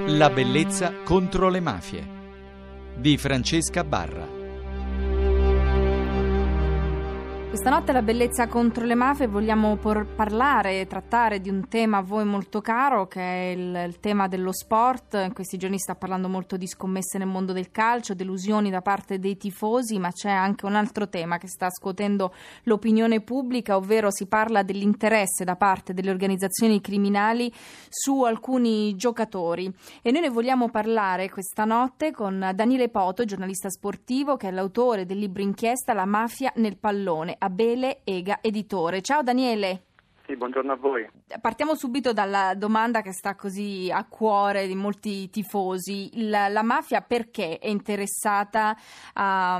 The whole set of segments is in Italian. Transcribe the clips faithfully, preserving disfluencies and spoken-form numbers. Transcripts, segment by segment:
La bellezza contro le mafie di Francesca Barra. Questa notte La bellezza contro le mafie vogliamo por- parlare e trattare di un tema a voi molto caro, che è il, il tema dello sport. In questi giorni sta parlando molto di scommesse nel mondo del calcio, delusioni da parte dei tifosi, ma c'è anche un altro tema che sta scuotendo l'opinione pubblica, ovvero si parla dell'interesse da parte delle organizzazioni criminali su alcuni giocatori. E noi ne vogliamo parlare questa notte con Daniele Poto, giornalista sportivo, che è l'autore del libro inchiesta La mafia nel pallone, Abele Ega Editore. Ciao Daniele. Sì, buongiorno a voi. Partiamo subito dalla domanda che sta così a cuore di molti tifosi. La, la mafia perché è interessata a,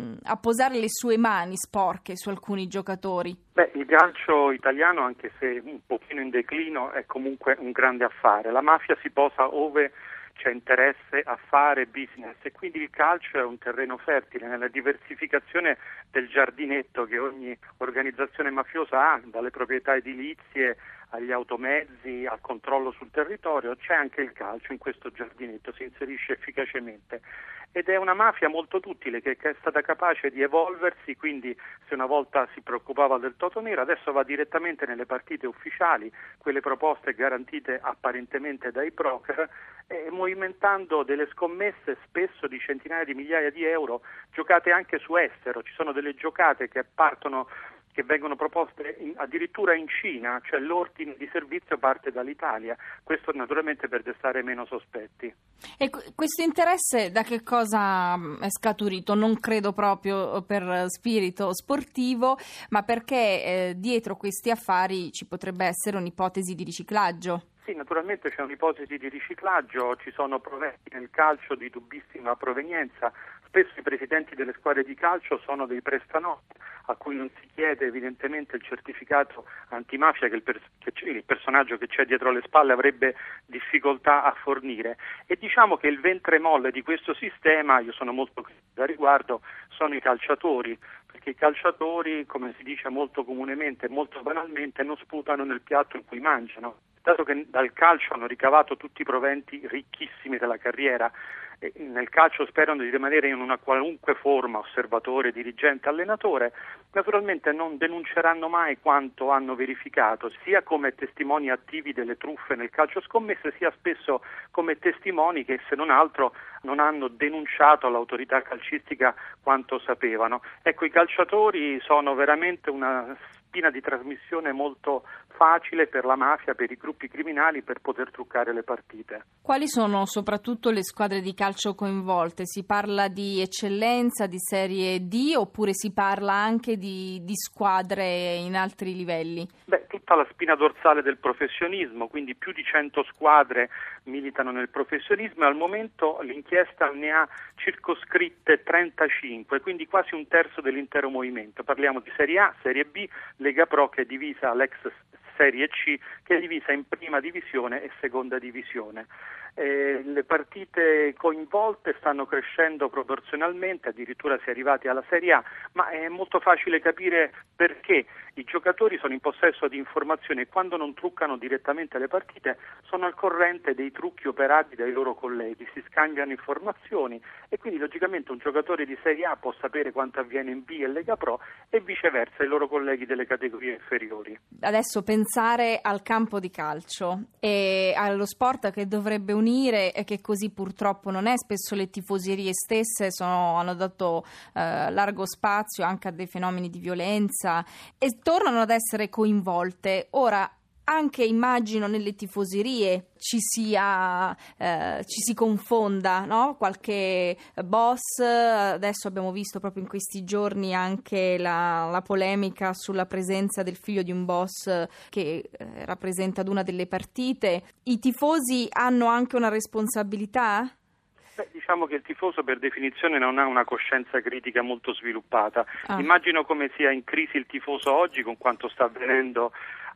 a posare le sue mani sporche su alcuni giocatori? Beh, il calcio italiano, anche se un pochino in declino, è comunque un grande affare. La mafia si posa ove c'è interesse a fare business e quindi il calcio è un terreno fertile nella diversificazione del giardinetto che ogni organizzazione mafiosa ha, dalle proprietà edilizie agli automezzi, al controllo sul territorio. C'è anche il calcio in questo giardinetto, si inserisce efficacemente ed è una mafia molto duttile che è stata capace di evolversi, quindi se una volta si preoccupava del Totonero adesso va direttamente nelle partite ufficiali, quelle proposte e garantite apparentemente dai broker, e movimentando delle scommesse spesso di centinaia di migliaia di euro giocate anche su estero. Ci sono delle giocate che partono che vengono proposte in, addirittura in Cina, cioè l'ordine di servizio parte dall'Italia, questo naturalmente per destare meno sospetti. E questo interesse da che cosa è scaturito? Non credo proprio per spirito sportivo, ma perché eh, dietro questi affari ci potrebbe essere un'ipotesi di riciclaggio? Sì, naturalmente c'è un'ipotesi di riciclaggio, ci sono proventi nel calcio di dubbissima provenienza, spesso i presidenti delle squadre di calcio sono dei prestanotte a cui non si chiede evidentemente il certificato antimafia che il, pers- che il personaggio che c'è dietro le spalle avrebbe difficoltà a fornire, e diciamo che il ventre molle di questo sistema, io sono molto critico a riguardo, sono i calciatori, perché i calciatori, come si dice molto comunemente e molto banalmente, non sputano nel piatto in cui mangiano. Dato che dal calcio hanno ricavato tutti i proventi ricchissimi della carriera, e nel calcio sperano di rimanere in una qualunque forma, osservatore, dirigente, allenatore, naturalmente non denunceranno mai quanto hanno verificato, sia come testimoni attivi delle truffe nel calcio scommesse, sia spesso come testimoni che, se non altro, non hanno denunciato all'autorità calcistica quanto sapevano. Ecco, i calciatori sono veramente una spina di trasmissione molto facile per la mafia, per i gruppi criminali, per poter truccare le partite. Quali sono soprattutto le squadre di calcio coinvolte? Si parla di eccellenza, di Serie D, oppure si parla anche di, di squadre in altri livelli? Beh, tutta la spina dorsale del professionismo, quindi più di cento squadre militano nel professionismo e al momento l'inchiesta ne ha circoscritte trentacinque, quindi quasi un terzo dell'intero movimento. Parliamo di Serie A, Serie B, Lega Pro che è divisa all'ex Serie C, che è divisa in prima divisione e seconda divisione. Eh, le partite coinvolte stanno crescendo proporzionalmente, addirittura si è arrivati alla Serie A, ma è molto facile capire perché. I giocatori sono in possesso di informazioni e quando non truccano direttamente le partite sono al corrente dei trucchi operati dai loro colleghi, si scambiano informazioni e quindi logicamente un giocatore di Serie A può sapere quanto avviene in B e Lega Pro e viceversa i loro colleghi delle categorie inferiori. Adesso pensare al campo di calcio e allo sport che dovrebbe unire e che così purtroppo non è, spesso le tifoserie stesse sono, hanno dato eh, largo spazio anche a dei fenomeni di violenza e tornano ad essere coinvolte. Ora, anche immagino nelle tifoserie ci sia eh, ci si confonda, no? Qualche boss. Adesso abbiamo visto proprio in questi giorni anche la, la polemica sulla presenza del figlio di un boss che eh, rappresenta ad una delle partite. I tifosi hanno anche una responsabilità? Beh, diciamo che il tifoso per definizione non ha una coscienza critica molto sviluppata. Ah. Immagino come sia in crisi il tifoso oggi con quanto sta avvenendo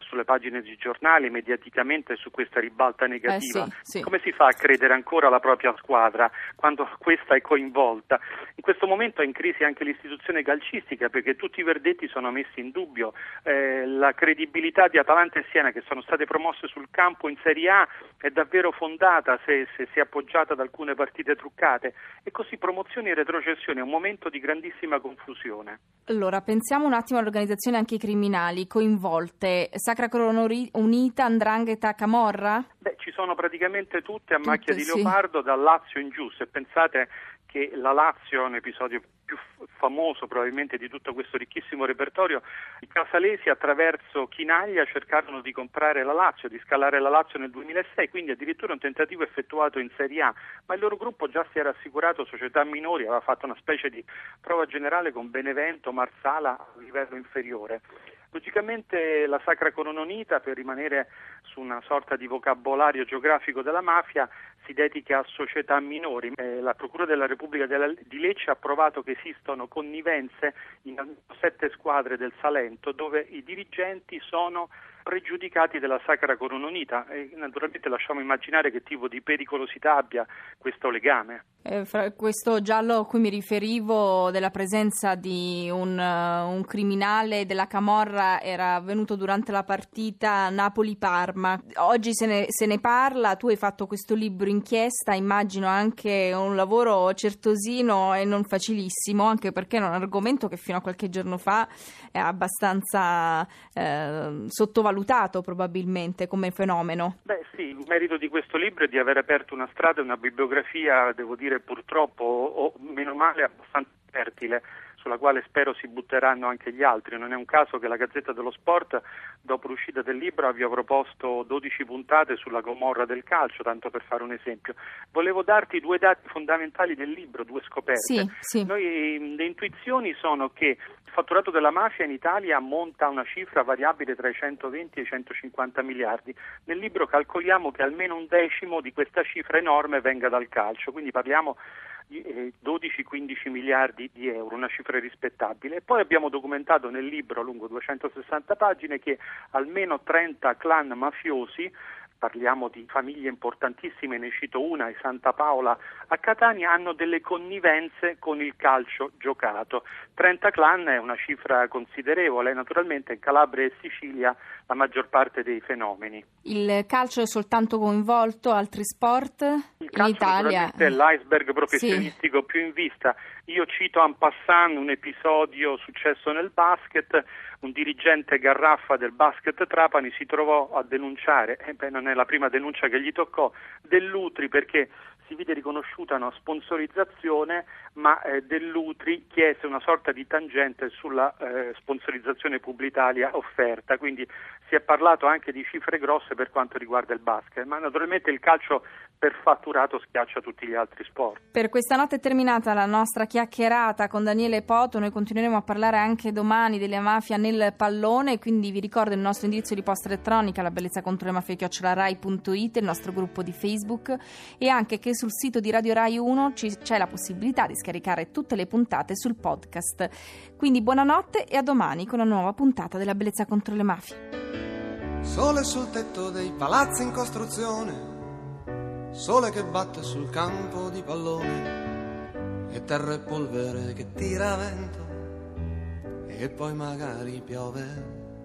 sulle pagine dei giornali, mediaticamente su questa ribalta negativa. Eh sì, sì. Come si fa a credere ancora alla propria squadra quando questa è coinvolta? In questo momento è in crisi anche l'istituzione calcistica, perché tutti i verdetti sono messi in dubbio. Eh, la credibilità di Atalanta e Siena, che sono state promosse sul campo in Serie A, è davvero fondata se, se si è appoggiata ad alcune partite truccate. E così promozioni e retrocessioni è un momento di grandissima confusione. Allora, pensiamo un attimo all'organizzazione anche criminali coinvolte. Sacra Corona Unita, 'Ndrangheta, Camorra? Beh, ci sono praticamente tutte a tutte, macchia di sì. leopardo, dal Lazio in giù. Se pensate che la Lazio è un episodio più famoso probabilmente di tutto questo ricchissimo repertorio, i casalesi attraverso Chinaglia cercarono di comprare la Lazio, di scalare la Lazio nel duemilasei, quindi addirittura un tentativo effettuato in Serie A, ma il loro gruppo già si era assicurato società minori, aveva fatto una specie di prova generale con Benevento, Marsala a livello inferiore. Logicamente la Sacra Corona Unita, per rimanere su una sorta di vocabolario geografico della mafia, si dedica a società minori. Eh, la Procura della Repubblica di Lecce ha provato che esistono connivenze in sette squadre del Salento dove i dirigenti sono pregiudicati della Sacra Corona Unita e naturalmente lasciamo immaginare che tipo di pericolosità abbia questo legame. Eh, fra questo giallo a cui mi riferivo, della presenza di un, uh, un criminale della Camorra, era avvenuto durante la partita Napoli-Parma. Oggi se ne, se ne parla, tu hai fatto questo libro inchiesta, immagino anche un lavoro certosino e non facilissimo, anche perché è un argomento che fino a qualche giorno fa è abbastanza eh, sottovalutato probabilmente come fenomeno. Beh sì, il merito di questo libro è di aver aperto una strada, una bibliografia, devo dire purtroppo, o meno male, abbastanza fertile, sulla quale spero si butteranno anche gli altri. Non è un caso che la Gazzetta dello Sport, dopo l'uscita del libro, abbia proposto dodici puntate sulla Gomorra del calcio, tanto per fare un esempio. Volevo darti due dati fondamentali del libro, due scoperte. Sì, sì. Noi, le intuizioni sono che il fatturato della mafia in Italia ammonta a una cifra variabile tra i centoventi e i centocinquanta miliardi. Nel libro calcoliamo che almeno un decimo di questa cifra enorme venga dal calcio, quindi parliamo di dodici quindici miliardi di euro, una cifra rispettabile. E poi abbiamo documentato nel libro, lungo duecentosessanta pagine, che almeno trenta clan mafiosi, parliamo di famiglie importantissime, ne cito una, i Santa Paola a Catania, hanno delle connivenze con il calcio giocato. trenta clan è una cifra considerevole, naturalmente in Calabria e Sicilia la maggior parte dei fenomeni. Il calcio è soltanto coinvolto, altri sport? Il calcio in Italia è l'iceberg professionistico sì. più in vista. Io cito en passant un episodio successo nel basket. Un dirigente Garraffa del Basket Trapani si trovò a denunciare, e beh, non è la prima denuncia che gli toccò, Dell'Utri, perché si vide riconosciuta una sponsorizzazione, ma eh, Dell'Utri chiese una sorta di tangente sulla eh, sponsorizzazione Publitalia offerta, quindi si è parlato anche di cifre grosse per quanto riguarda il basket, ma naturalmente il calcio per fatturato schiaccia tutti gli altri sport. Per questa notte è terminata la nostra chiacchierata con Daniele Poto, noi continueremo a parlare anche domani delle mafie nel pallone, quindi vi ricordo il nostro indirizzo di posta elettronica, la bellezza contro le mafie chiocciola rai punto it, il nostro gruppo di Facebook, e anche che sul sito di Radio Rai uno ci, c'è la possibilità di scaricare tutte le puntate sul podcast. Quindi buonanotte e a domani con una nuova puntata della bellezza contro le mafie. Sole sul tetto dei palazzi in costruzione, sole che batte sul campo di pallone, e terra e polvere che tira vento, e poi magari piove.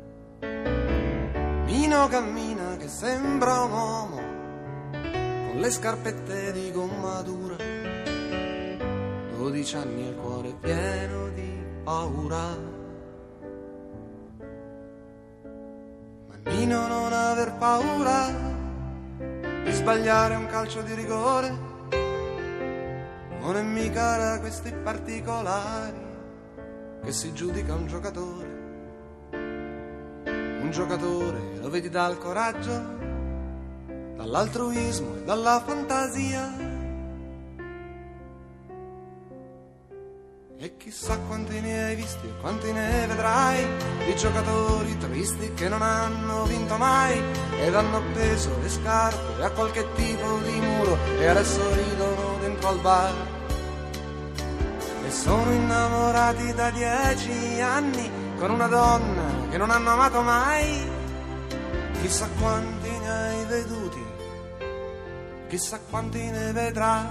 Mino cammina che sembra un uomo, con le scarpette di gomma dura, dodici anni e il cuore pieno di paura. Ma Mino non aver paura di sbagliare un calcio di rigore, non è mica da questi particolari che si giudica un giocatore. Un giocatore lo vedi dal coraggio, dall'altruismo e dalla fantasia, e chissà quanti ne hai visti e quanti ne vedrai di giocatori tristi che non hanno vinto mai ed hanno appeso le scarpe a qualche tipo di muro e adesso ridono dentro al bar. E sono innamorati da dieci anni con una donna che non hanno amato mai, Chissà quanti ne hai veduti, chissà quanti ne vedrai.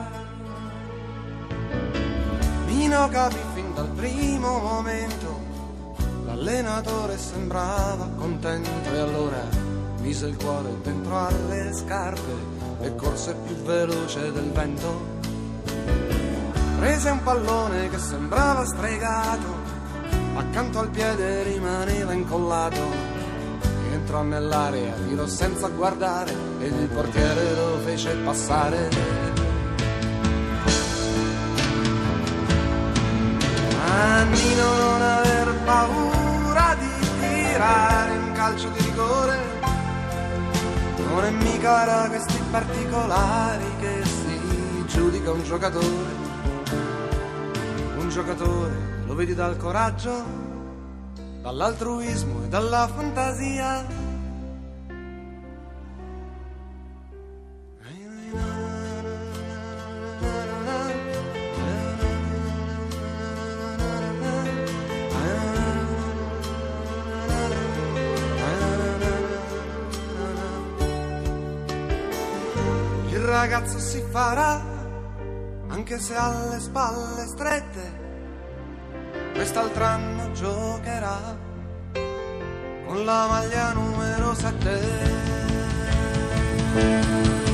Mino capì fin dal primo momento, l'allenatore sembrava contento e allora mise il cuore dentro alle scarpe e corse più veloce del vento. Prese un pallone che sembrava stregato, accanto al piede rimaneva incollato. Entrò nell'area, tirò senza guardare e il portiere lo fece passare. Ma Nino non aver paura di tirare un calcio di rigore, non è mica da questi particolari che si giudica un giocatore. Un giocatore lo vedi dal coraggio, dall'altruismo e dalla fantasia. Il ragazzo si farà, anche se ha le spalle strette. Quest'altro anno giocherà con la maglia numero sette.